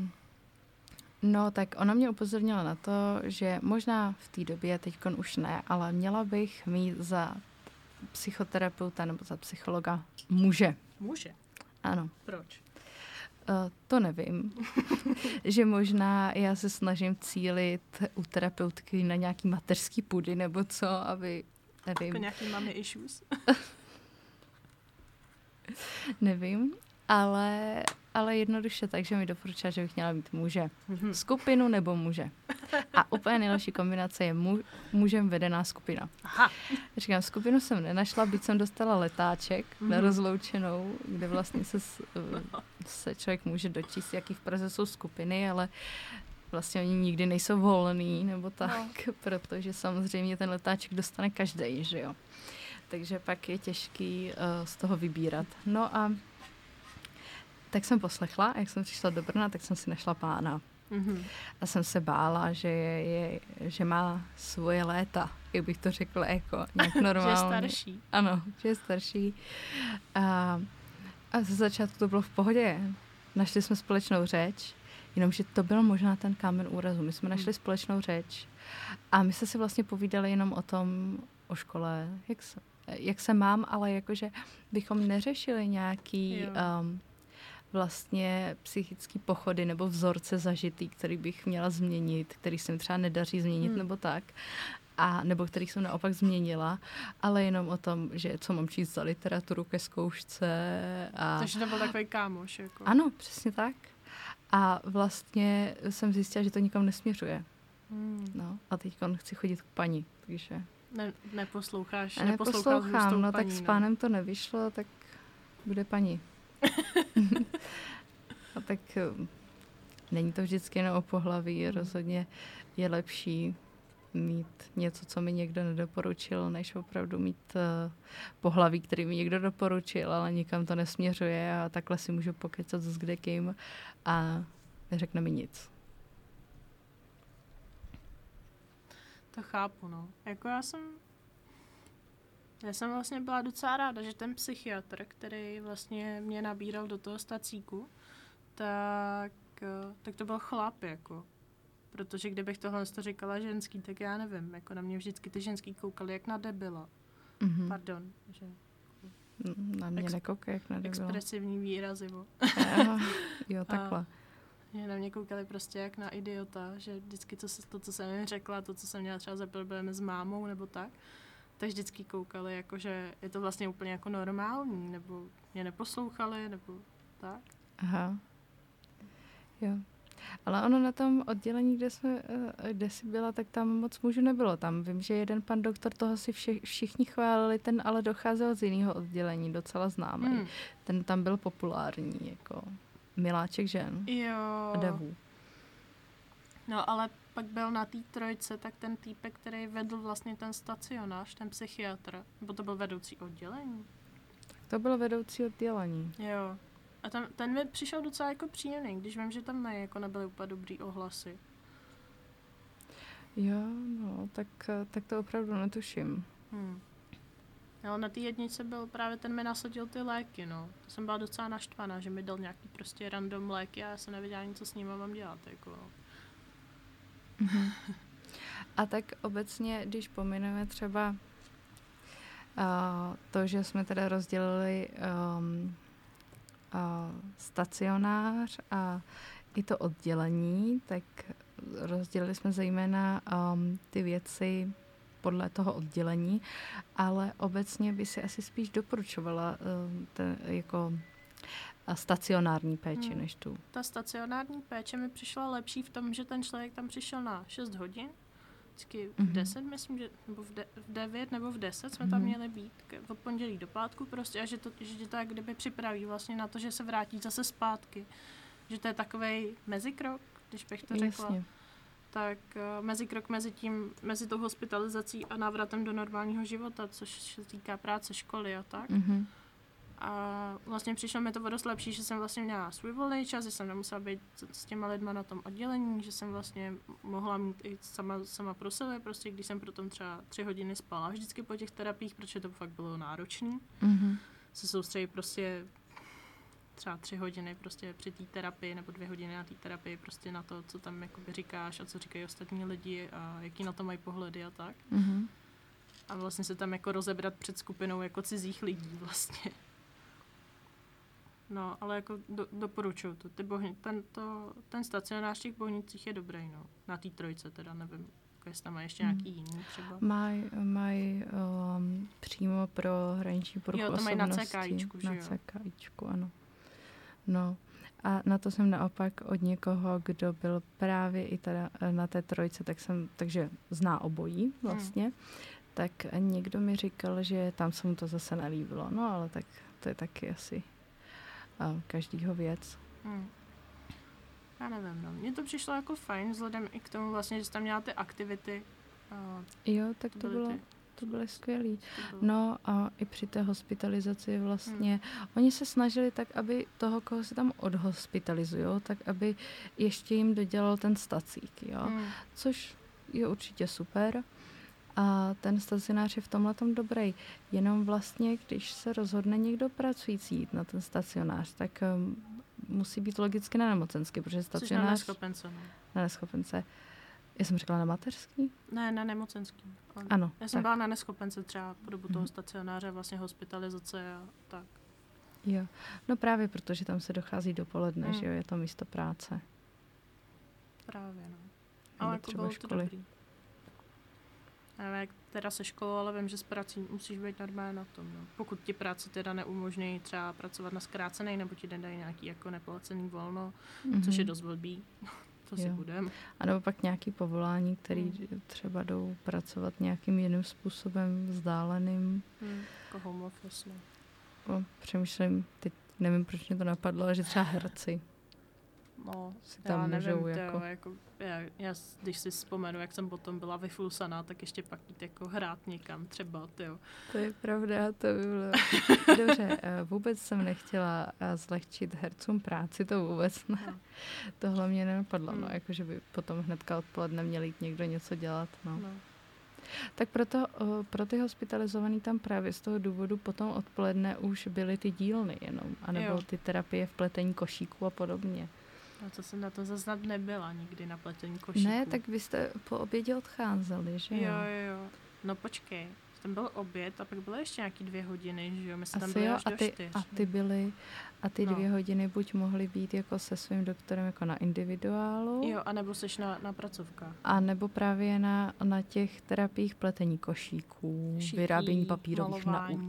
tak ona mě upozornila na to, že možná v té době, teďkon už ne, ale měla bych mít za psychoterapeuta nebo za psychologa muže. Muže? Ano. Proč? To nevím. Že možná já se snažím cílit u terapeutky na nějaký mateřský pudy nebo co, aby, nevím. Jako nějaký mommy issues? Nevím, ale ale jednoduše tak, že mi doporučila, že bych měla mít muže. Skupinu nebo muže. A úplně nejlepší kombinace je mužem vedená skupina. Aha. Říkám, skupinu jsem nenašla, byť jsem dostala letáček na rozloučenou, kde vlastně se člověk může dočíst, jaký v Praze jsou skupiny, ale vlastně oni nikdy nejsou volný, nebo tak, protože samozřejmě ten letáček dostane každej, že jo. Takže pak je těžký z toho vybírat. No a tak jsem poslechla, jak jsem přišla do Brna, tak jsem si našla pána. A jsem se bála, že má svoje léta, jak bych to řekla, jako nějak normálně. Že je starší. Ano, že je starší. A ze začátku to bylo v pohodě. Našli jsme společnou řeč, jenomže to byl možná ten kámen úrazu. My jsme našli společnou řeč a my jsme si vlastně povídali jenom o tom, o škole, jak se mám, ale jakože bychom neřešili nějaký vlastně psychický pochody nebo vzorce zažitý, který bych měla změnit, který se mi třeba nedaří změnit nebo tak, a nebo který jsem naopak změnila, ale jenom o tom, že co mám číst za literaturu ke zkoušce. Takže to byl takový kámoš. Jako. Ano, přesně tak. A vlastně jsem zjistila, že to nikam nesměřuje. No, a teď chci chodit k paní, takže... Neposlouchám, no tak s pánem to nevyšlo, tak bude paní. A tak není to vždycky jen o pohlaví, rozhodně je lepší mít něco, co mi někdo nedoporučil, než opravdu mít pohlaví, který mi někdo doporučil, ale nikam to nesměřuje a takhle si můžu pokecat s kdekým a neřekne mi nic. To chápu, no. Jako já jsem vlastně byla docela ráda, že ten psychiatr, který vlastně mě nabíral do toho stacíku, tak to byl chlap, jako. Protože kdybych tohle říkala ženský, tak já nevím, jako na mě vždycky ty ženský koukali jak na debila. Pardon, že... Na mě nekoukaj jak na debila. Expresivní výrazy, jo, takhle. Že na mě koukali prostě jak na idiota, že vždycky to, co jsem jim řekla, to, co jsem měla třeba za problémy s mámou nebo tak vždycky koukali, jako že je to vlastně úplně jako normální, nebo mě neposlouchali, nebo tak. Aha. Jo. Ale ono na tom oddělení, kde jsi byla, tak tam moc mužů nebylo. Tam vím, že jeden pan doktor, toho si všichni chválili, ten ale docházel z jiného oddělení, docela známý. Ten tam byl populární, jako miláček žen a davů. No ale pak byl na té trojce, tak ten týpek, který vedl vlastně ten stacionář, ten psychiatr, nebo to byl vedoucí oddělení? To byl vedoucí oddělení. Jo. A ten mi přišel docela jako příjemný, když vím, že tam nebyly úplně dobrý ohlasy. Jo, no, tak to opravdu netuším. Ale na té jednice byl právě ten, mi nasadil ty léky, no. To jsem byla docela naštvaná, že mi dal nějaký prostě random léky a já jsem nevěděla ani, co s nimi mám dělat, jako no. A tak obecně, když pomineme třeba to, že jsme teda rozdělili stacionář a i to oddělení, tak rozdělili jsme zejména ty věci podle toho oddělení, ale obecně by si asi spíš doporučovala jako stacionární péči než tu. Ta stacionární péče mi přišla lepší v tom, že ten člověk tam přišel na 6 hodin, vždycky v 10, myslím, že, nebo v 9 nebo v 10 jsme tam měli být, od pondělí do pátku prostě, a že tě tak kdyby připraví vlastně na to, že se vrátí zase zpátky. Že to je takovej mezikrok, když bych to řekla. Jasně. Tak mezikrok mezi tou hospitalizací a návratem do normálního života, což se týká práce, školy a tak. A vlastně přišlo mi to dost lepší, že jsem vlastně měla svůj volný čas, že jsem nemusela být s těma lidma na tom oddělení, že jsem vlastně mohla mít i sama pro sebe, prostě když jsem potom třeba 3 hodiny spala vždycky po těch terapiích, protože to fakt bylo náročný. Se soustředit prostě třeba 3 hodiny prostě při té terapii nebo 2 hodiny na té terapii prostě na to, co tam jakoby říkáš a co říkají ostatní lidi a jaký na to mají pohledy a tak. A vlastně se tam jako rozebrat před skupinou jako cizích lidí vlastně. No, ale jako doporučuju to. Ten stacionář v těch Bohnicích je dobrý, no. Na té trojce teda, nevím, jestli tam má ještě nějaký jiný třeba. Mají přímo pro hraniční poruchu osobnosti. Jo, to mají na CKIčku, že jo? Na CKIčku, ano. No. A na to jsem naopak od někoho, kdo byl právě i teda na té trojce, takže zná obojí vlastně, tak někdo mi říkal, že tam se mu to zase nelíbilo. No ale tak to je taky asi každýho věc. Já nevím, no. Mně to přišlo jako fajn, vzhledem i k tomu vlastně, že jsi tam měla ty aktivity. Jo, tak to bylo skvělý. No a i při té hospitalizaci vlastně, oni se snažili tak, aby toho, koho se tam odhospitalizují, tak aby ještě jim dodělal ten stacík, jo. Což je určitě super. A ten stacionář je v tomhletom dobrý. Jenom vlastně, když se rozhodne někdo pracující jít na ten stacionář, tak musí být logicky na nemocenský, protože stacionář... Na neschopence. No. Na neschopence. Já jsem říkala na mateřský? Ne, na nemocenský. Ano. Já jsem byla na neschopence třeba po dobu toho stacionáře, vlastně hospitalizace a tak. Jo, no právě protože tam se dochází dopoledne, že jo, je to místo práce. Právě, no. Ale jako bylo to dobrý. Nevím, jak teda se školou, ale vím, že s prací musíš být normálně na tom. No. Pokud ti práci teda neumožní třeba pracovat na zkrácený, nebo ti dají nějaký jako neplacený volno, což je dost blbý. To si budem. A nebo pak nějaký povolání, který třeba jdou pracovat nějakým jiným způsobem, vzdáleným. Jako home office, no. Přemýšlím, teď nevím, proč mě to napadlo, ale že třeba herci. No, si tam já můžou nevím, jako já, když si vzpomenu, jak jsem potom byla vyflusaná, tak ještě pak jít jako hrát někam třeba, tyjo. To je pravda, to by bylo... Dobře, vůbec jsem nechtěla zlehčit hercům práci, to vůbec ne. No. Tohle mě nenapadlo, no, jako že by potom hnedka odpoledne měl jít někdo něco dělat, no. Tak pro ty hospitalizovaný tam právě z toho důvodu potom odpoledne už byly ty dílny jenom, anebo ty terapie v pletení košíků a podobně. No to jsem na to zase snad nebyla nikdy na pletení košíků. Ne, tak vy jste po obědě odcházeli, že jo? Jo. No počkej, tam byl oběd a pak bylo ještě nějaký 2 hodiny, že jo? My jsme tam asi byli jo, až do 4. A ty 2 hodiny buď mohly být jako se svým doktorem jako na individuálu. Jo, anebo seš na pracovkách. A nebo právě na těch terapiích pletení košíků, vyrábění papírových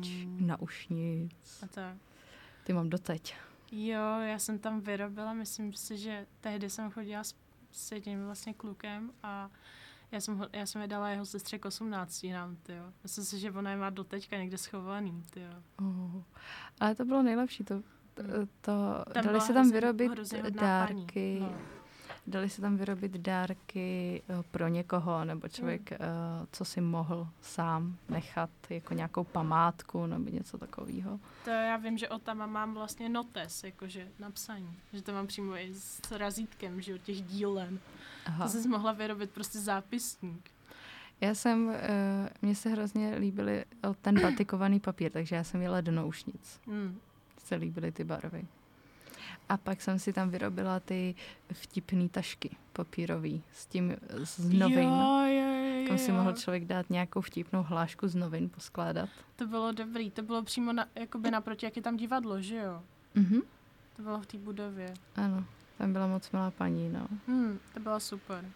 naušnic. A tak. Ty mám doteď. Jo, já jsem tam vyrobila, myslím si, že tehdy jsem chodila s jedním vlastně klukem a já jsem je dala jeho sestře k 18 nám, tyjo. Myslím si, že ona je má doteďka někde schovaný, tyjo. Ale to bylo nejlepší, dali se tam vyrobit dárky. Dali se tam vyrobit dárky pro někoho, nebo člověk, co si mohl sám nechat, jako nějakou památku nebo něco takového. To já vím, že od tam mám vlastně notes, jakože napsaní, že to mám přímo i s razítkem, že od těch dílen. Aha. To jsi mohla vyrobit prostě zápisník. Mně se hrozně líbily ten batikovaný papír, takže já jsem jela do noušnic. Se líbily ty barvy. A pak jsem si tam vyrobila ty vtipný tašky papírový z novin. Jo. Kam si mohl člověk dát nějakou vtipnou hlášku z novin poskládat. To bylo dobrý, to bylo přímo jakoby naproti, jak je tam divadlo, že jo? To bylo v té budově. Ano, tam byla moc milá paní, no. To bylo super.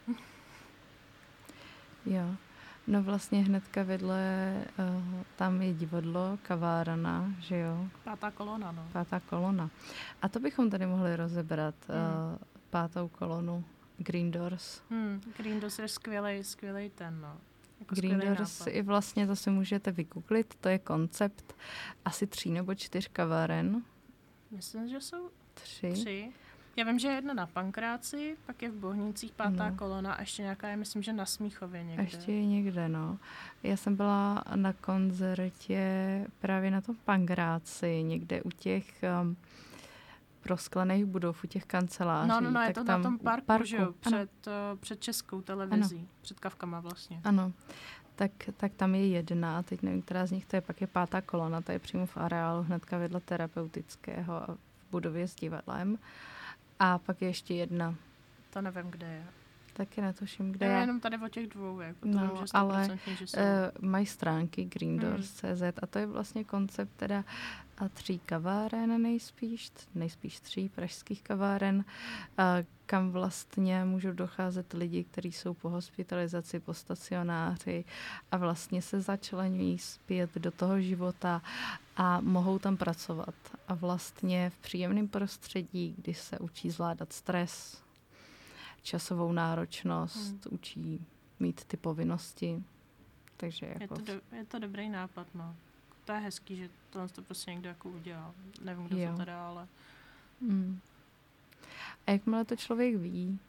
Jo. No vlastně hnedka vedle tam je divadlo, kavárna, že jo? 5. kolona, no. 5. kolona. A to bychom tady mohli rozebrat, 5. kolonu Green Doors. Green Doors je skvělej ten, no. Jako Green Doors i vlastně, to si můžete vygooglit, to je koncept asi 3 nebo 4 kaváren. Myslím, že jsou 3. Já vím, že je jedna na Pankráci, pak je v Bohnicích 5. kolona a ještě nějaká je, myslím, že na Smíchově někde. Ještě je někde, no. Já jsem byla na koncertě právě na tom Pankráci, někde u těch prosklených budov, u těch kanceláří. No, je to na tom parku, že jo, před Českou televizí, ano. Před Kavkama vlastně. Ano, tak tam je jedna, teď nevím, která z nich to je, pak je 5. kolona, to je přímo v areálu hnedka vedle terapeutického a v budově s divadlem. A pak je ještě jedna. To nevím, kde je. Taky netuším, kde je. Jenom tady o těch 2, jako to vím, že 100%, ale že jsou. Mají stránky greendoors.cz a to je vlastně koncept teda a 3 kaváren nejspíš 3 pražských kaváren, kam vlastně můžou docházet lidi, kteří jsou po hospitalizaci, po stacionáři a vlastně se začleňují zpět do toho života a mohou tam pracovat. A vlastně v příjemném prostředí, kdy se učí zvládat stres, časovou náročnost, učí mít ty povinnosti. Takže jako... Je to dobrý nápad, no. To je hezký, že to prostě někdo jako udělal. Nevím, kdo to teda, ale... A jakmile to člověk ví,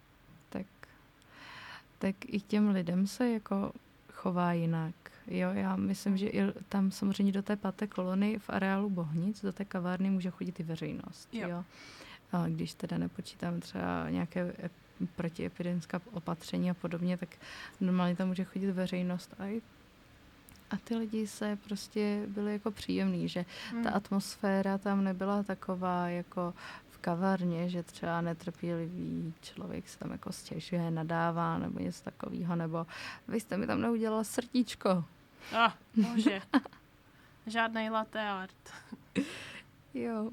tak i těm lidem se jako chová jinak. Jo, já myslím, že i tam samozřejmě do té 5. kolony v areálu Bohnic, do té kavárny může chodit i veřejnost. Jo. A když teda nepočítám třeba nějaké protiepidemická opatření a podobně, tak normálně tam může chodit veřejnost a ty lidi se prostě byli jako příjemný, že ta atmosféra tam nebyla taková jako v kavárně, že třeba netrpělivý člověk se tam jako stěžuje, nadává nebo něco takového, nebo vy jste mi tam neudělala srdíčko. Bože. Žádnej latte art. Jo.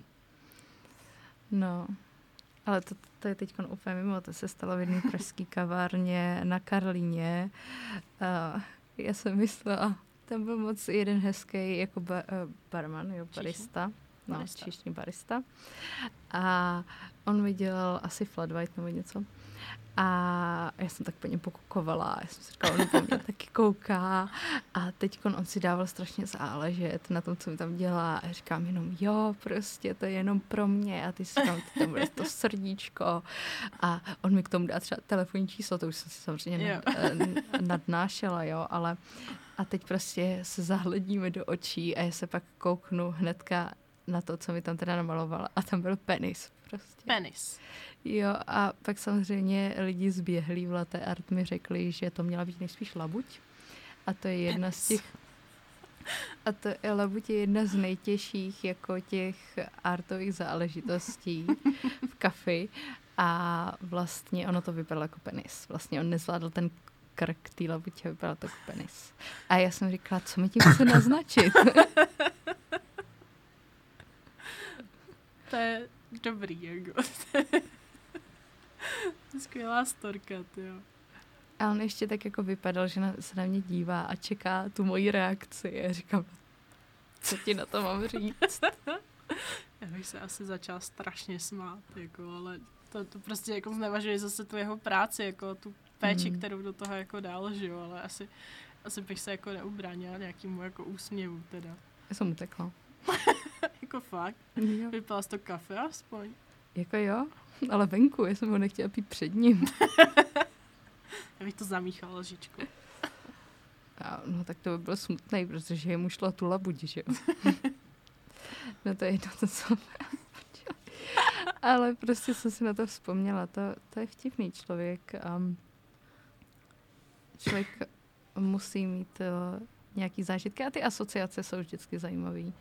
No. Ale to je teď úplně mimo, to se stalo v jedné pražské kavárně na Karlíně. Já jsem myslela, tam byl moc jeden hezký jako barman, jo, barista. Číšní barista. A on mi dělal asi flat white nebo něco. A já jsem tak po něm pokukovala. Já jsem si říkala, on po mě taky kouká. A teď on si dával strašně záležet na tom, co mi tam dělá. A říkám jenom, jo, prostě to je jenom pro mě. A ty si tam bude to srdíčko. A on mi k tomu dá třeba telefonní číslo, to už jsem si samozřejmě nadnášela, jo, ale a teď prostě se zahledíme do očí a já se pak kouknu hnedka na to, co mi tam teda namalovala. A tam byl penis prostě. Penis. Jo, a pak samozřejmě lidi zběhlí v latte art mi řekli, že to měla být nejspíš labuť. A to je jedna z těch... A to je labuť je jedna z nejtěžších jako těch artových záležitostí v kafi. A vlastně ono to vypadalo jako penis. Vlastně on nezvládl ten krk té labutě, vypadal to jako penis. A já jsem říkala, co mi tím chce naznačit? To je dobrý, jako. Skvělá storka, tyjo. A on ještě tak jako vypadal, že se na mě dívá a čeká tu moji reakci. A říkám, co ti na to mám říct? Já bych se asi začala strašně smát, jako, ale to prostě jako znevažuje zase tu jeho práci, jako tu péči, kterou do toho jako dál, že jo, ale asi bych se jako neubránila nějakému jako úsměvu, teda. Já jsem utekla. Jako fakt? Jo. Vypila jsi to kafe aspoň? Jako jo, ale venku, já jsem ho nechtěla pít před ním. Já bych to zamíchala lžičkou. No tak to by bylo smutný, protože jemu šlo tu labuť, že jo. No to je jedno, to co ale prostě jsem si na to vzpomněla. To je vtipný člověk. Člověk musí mít nějaký zážitky a ty asociace jsou vždycky zajímavý.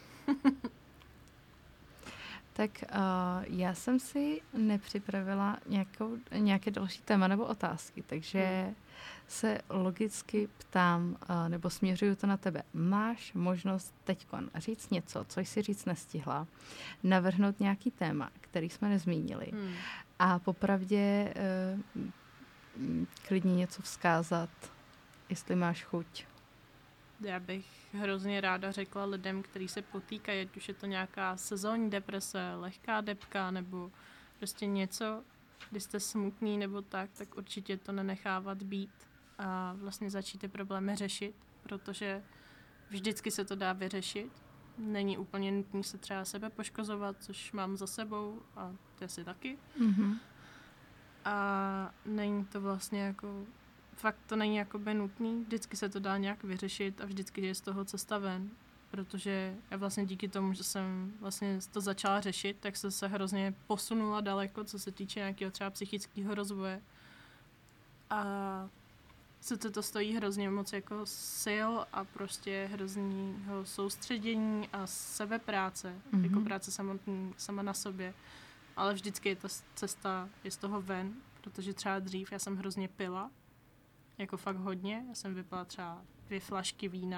Tak já jsem si nepřipravila nějaké další téma nebo otázky, takže se logicky ptám, nebo směřuju to na tebe. Máš možnost teďkon říct něco, co jsi říct nestihla, navrhnout nějaký téma, který jsme nezmínili a popravdě klidně něco vzkázat, jestli máš chuť. Já bych hrozně ráda řekla lidem, kteří se potýkají, ať už je to nějaká sezónní deprese, lehká depka, nebo prostě něco, kdy jste smutný nebo tak určitě to nenechávat být a vlastně začít ty problémy řešit, protože vždycky se to dá vyřešit. Není úplně nutné se třeba sebe poškozovat, což mám za sebou a ty asi taky. Mm-hmm. A není to vlastně jako... Fakt to není jakoby nutný, vždycky se to dá nějak vyřešit a vždycky je z toho cesta ven, protože já vlastně díky tomu, že jsem vlastně to začala řešit, tak jsem se hrozně posunula daleko, co se týče nějakého třeba psychického rozvoje. A sice to stojí hrozně moc jako sil a prostě hrozného soustředění a sebepráce, jako práce sama na sobě, ale vždycky je ta cesta je z toho ven, protože třeba dřív já jsem hrozně pila, jako fakt hodně. Já jsem vypila třeba 2 flašky vína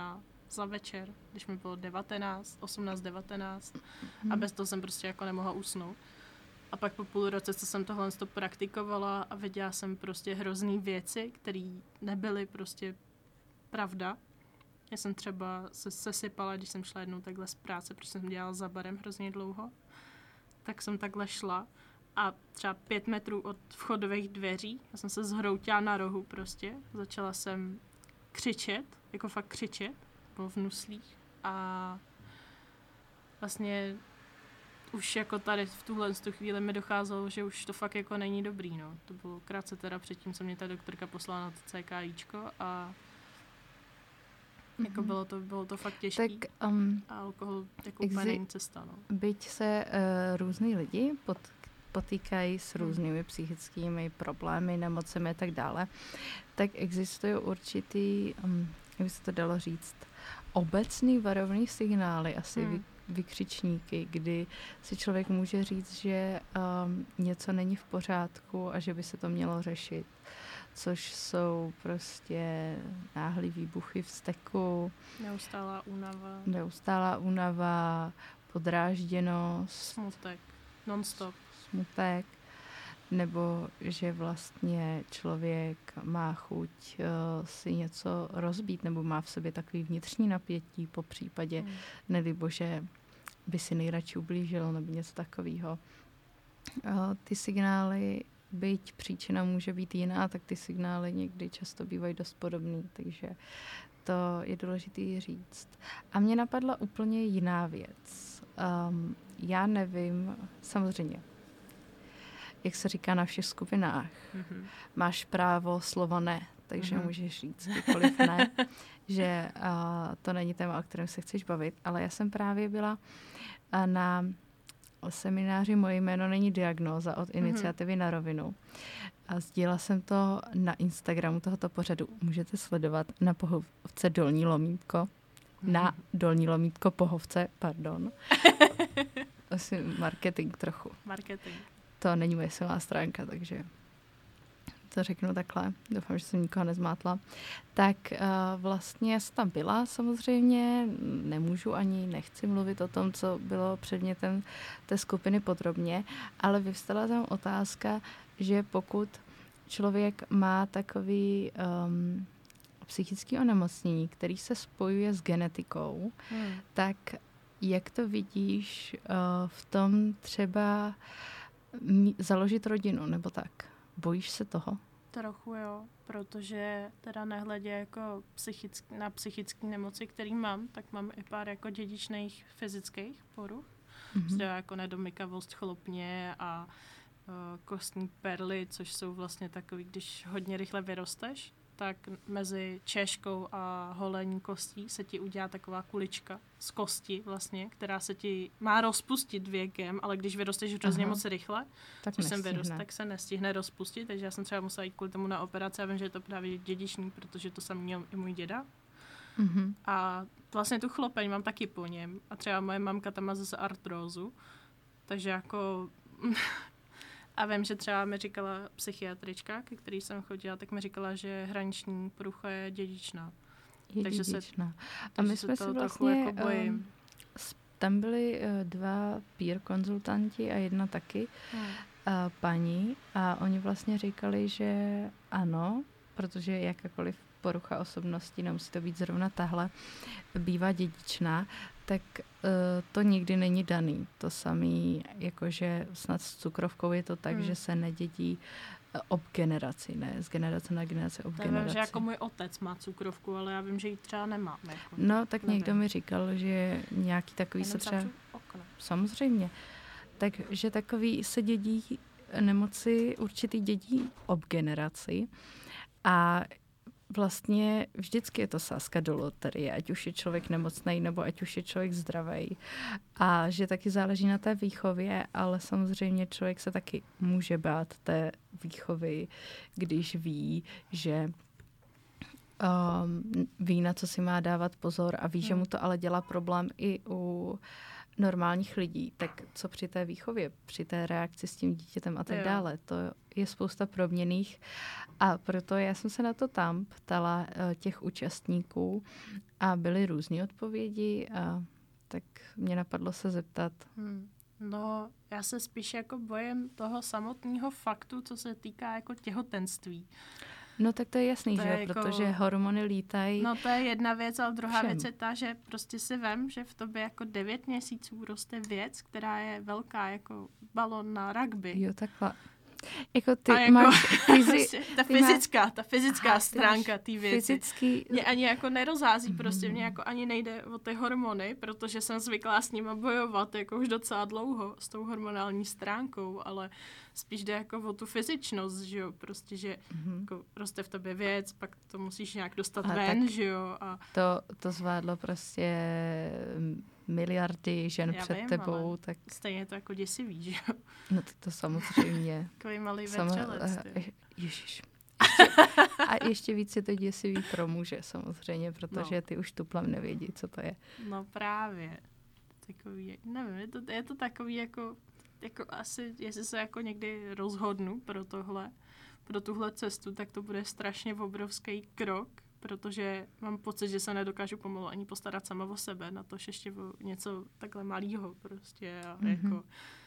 za večer, když mi bylo 18, 19 a bez toho jsem prostě jako nemohla usnout. A pak po půl roce, co jsem tohle praktikovala a viděla jsem prostě hrozný věci, které nebyly prostě pravda. Já jsem třeba se sesypala, když jsem šla jednou takhle z práce, protože jsem dělala za barem hrozně dlouho. Tak jsem takhle šla a třeba 5 metrů od vchodových dveří, já jsem se zhroutila na rohu prostě. Začala jsem křičet, jako fakt křičet, bylo v nuslích a vlastně už jako tady v tuhle chvíli mi docházelo, že už to fakt jako není dobrý, no. To bylo krátce teda předtím, co mě ta doktorka poslala na to CKIčko a jako bylo to fakt těžký. Tak, a alkohol jako úplně není cesta, no. Byť se různý lidi potýkají s různými psychickými problémy, nemocemi a tak dále, tak existují určitý, jak by se to dalo říct, obecný varovný signály, asi vykřičníky, kdy si člověk může říct, že něco není v pořádku a že by se to mělo řešit. Což jsou prostě náhlý výbuchy vzteku. Neustálá únava, podrážděnost. Smutek. Non-stop. Smutek. Nebo že vlastně člověk má chuť si něco rozbít, nebo má v sobě takový vnitřní napětí, po případě, nedej bože, by si nejradši ublížil, nebo něco takového. Ty signály, byť příčina může být jiná, tak ty signály někdy často bývají dost podobný, takže to je důležitý říct. A mě napadla úplně jiná věc. Já nevím, samozřejmě, jak se říká na všech skupinách, máš právo slova ne, takže můžeš říct kdykoliv ne, že to není téma, o kterém se chceš bavit, ale já jsem právě byla na semináři Moje jméno není diagnóza od iniciativy Na rovinu. A sdílela jsem to na Instagramu tohoto pořadu. Můžete sledovat na Pohovce dolní lomítko. Na dolní lomítko Pohovce, pardon. Asi marketing trochu. Marketing. To není moje silná stránka, takže to řeknu takhle. Doufám, že jsem nikoho nezmátla. Tak vlastně jsem tam byla samozřejmě. Nemůžu ani nechci mluvit o tom, co bylo předmětem té skupiny podrobně, ale vyvstala tam otázka, že pokud člověk má takový psychický onemocnění, který se spojuje s genetikou, tak jak to vidíš v tom třeba založit rodinu, nebo tak? Bojíš se toho? Trochu jo, protože teda nehledě jako na psychické nemoci, který mám, tak mám i pár jako dědičných fyzických poruch. Zde jako nedomykavost chlopně a kostní perly, což jsou vlastně takový, když hodně rychle vyrosteš, tak mezi češkou a holení kostí se ti udělá taková kulička z kosti vlastně, která se ti má rozpustit věkem, ale když vyrosteš hrozně moc rychle, tak se nestihne rozpustit, takže já jsem třeba musela jít kvůli tomu na operaci a vím, že je to právě dědičný, protože to sam měl i můj děda. A vlastně tu chlopeň mám taky po něm a třeba moje mamka tam má zase artrózu, takže jako... A vím, že třeba mi říkala psychiatrička, ke který jsem chodila, tak mi říkala, že hraniční porucha je dědičná. A my jsme si vlastně, jako bojím. Tam byli 2 peer konzultanti a jedna taky paní a oni vlastně říkali, že ano, protože jakákoliv porucha osobnosti, nemusí to být zrovna tahle, bývá dědičná, tak to nikdy není daný. To samé, jakože snad s cukrovkou je to tak, že se nedědí ob generaci, ne z generace na generaci ob generaci. Vím, že jako můj otec má cukrovku, ale já vím, že ji třeba nemám. Jako, no, tak nevím. Někdo mi říkal, že nějaký takový jenom se třeba... okno. Samozřejmě. Takže takový se dědí nemoci, určitý dědí ob generaci a vlastně vždycky je to sázka do loterie, ať už je člověk nemocnej, nebo ať už je člověk zdravý. A že taky záleží na té výchově, ale samozřejmě člověk se taky může bát té výchovy, když ví, že ví, na co si má dávat pozor a ví, že mu to ale dělá problém i u normálních lidí, tak co při té výchově, při té reakci s tím dítětem a tak dále, to je spousta proměnných a proto já jsem se na to tam ptala těch účastníků a byly různé odpovědi a tak mě napadlo se zeptat. No, já se spíš jako bojím toho samotného faktu, co se týká jako těhotenství. No tak to je jasný, že jako, protože hormony lítají. No to je jedna věc, ale druhá věc je ta, že prostě si vem, že v tobě jako 9 měsíců roste věc, která je velká jako balon na rugby. Jo, takhle. Jako ty jako, máš ta fyzická stránka té věci. Fyzický... Mě ani jako nerozhází, prostě mě jako ani nejde o ty hormony, protože jsem zvyklá s nima bojovat jako už docela dlouho s tou hormonální stránkou, ale spíš jde jako o tu fyzičnost, že jo, prostě, že jako roste v tobě věc, pak to musíš nějak dostat ven, že jo. A... To zvládlo prostě miliardy žen před tebou. Tak... Stejně to jako děsivý, že jo. No to samozřejmě. Takový malý vetřelec. Ježiš. A ještě víc je to děsivý pro muže samozřejmě, protože ty už tuplem nevědí, co to je. No právě. Takový, nevím, je to takový jako asi, jestli se jako někdy rozhodnu pro tuhle cestu, tak to bude strašně obrovský krok, protože mám pocit, že se nedokážu pomalu ani postarat sama o sebe, na to ještě o něco takhle malýho prostě a jako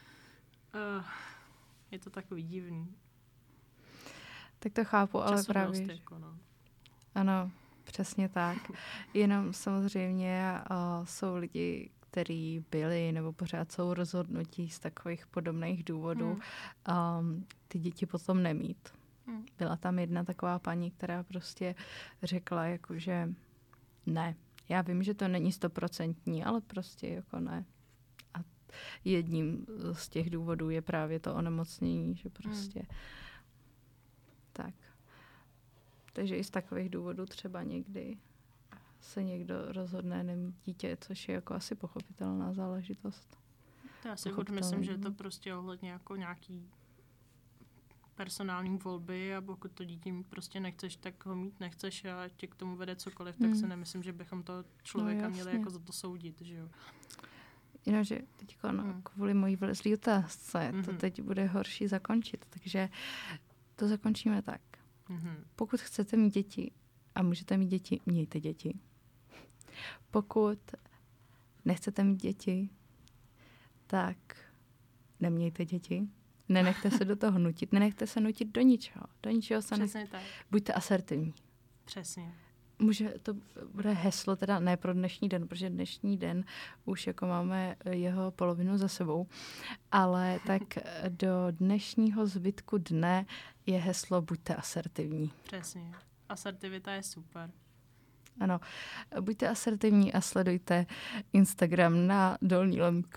je to takový divný. Tak to chápu, ale právě... Jako, no. Ano, přesně tak. Jenom samozřejmě jsou lidi, kteří byli nebo pořád jsou rozhodnutí z takových podobných důvodů ty děti potom nemít. Byla tam jedna taková paní, která prostě řekla, jakože ne. Já vím, že to není 100%, ale prostě jako ne. A jedním z těch důvodů je právě to onemocnění, že prostě tak. Takže i z takových důvodů třeba někdy se někdo rozhodne nemít dítě, což je jako asi pochopitelná záležitost. Já si myslím, že je to prostě ohledně jako nějaký personální volby a pokud to dítě mít prostě nechceš, tak ho mít nechceš a tě k tomu vede cokoliv, tak si nemyslím, že bychom toho člověka měli jako za to soudit, že jo. Jenomže teď kvůli mojí vlezlý otázce to teď bude horší zakončit, takže to zakončíme tak. Pokud chcete mít děti a můžete mít děti, mějte děti. Pokud nechcete mít děti, tak nemějte děti. Nenechte se do toho nutit. Nenechte se nutit do ničeho. Do ničeho se tak. Buďte asertivní. Přesně. To bude heslo, teda ne pro dnešní den, protože dnešní den už jako máme jeho polovinu za sebou, ale tak do dnešního zbytku dne je heslo buďte asertivní. Přesně. Asertivita je super. Ano, buďte asertivní a sledujte Instagram na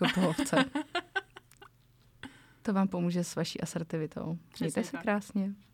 _Pohovce. To vám pomůže s vaší asertivitou. Mějte se krásně.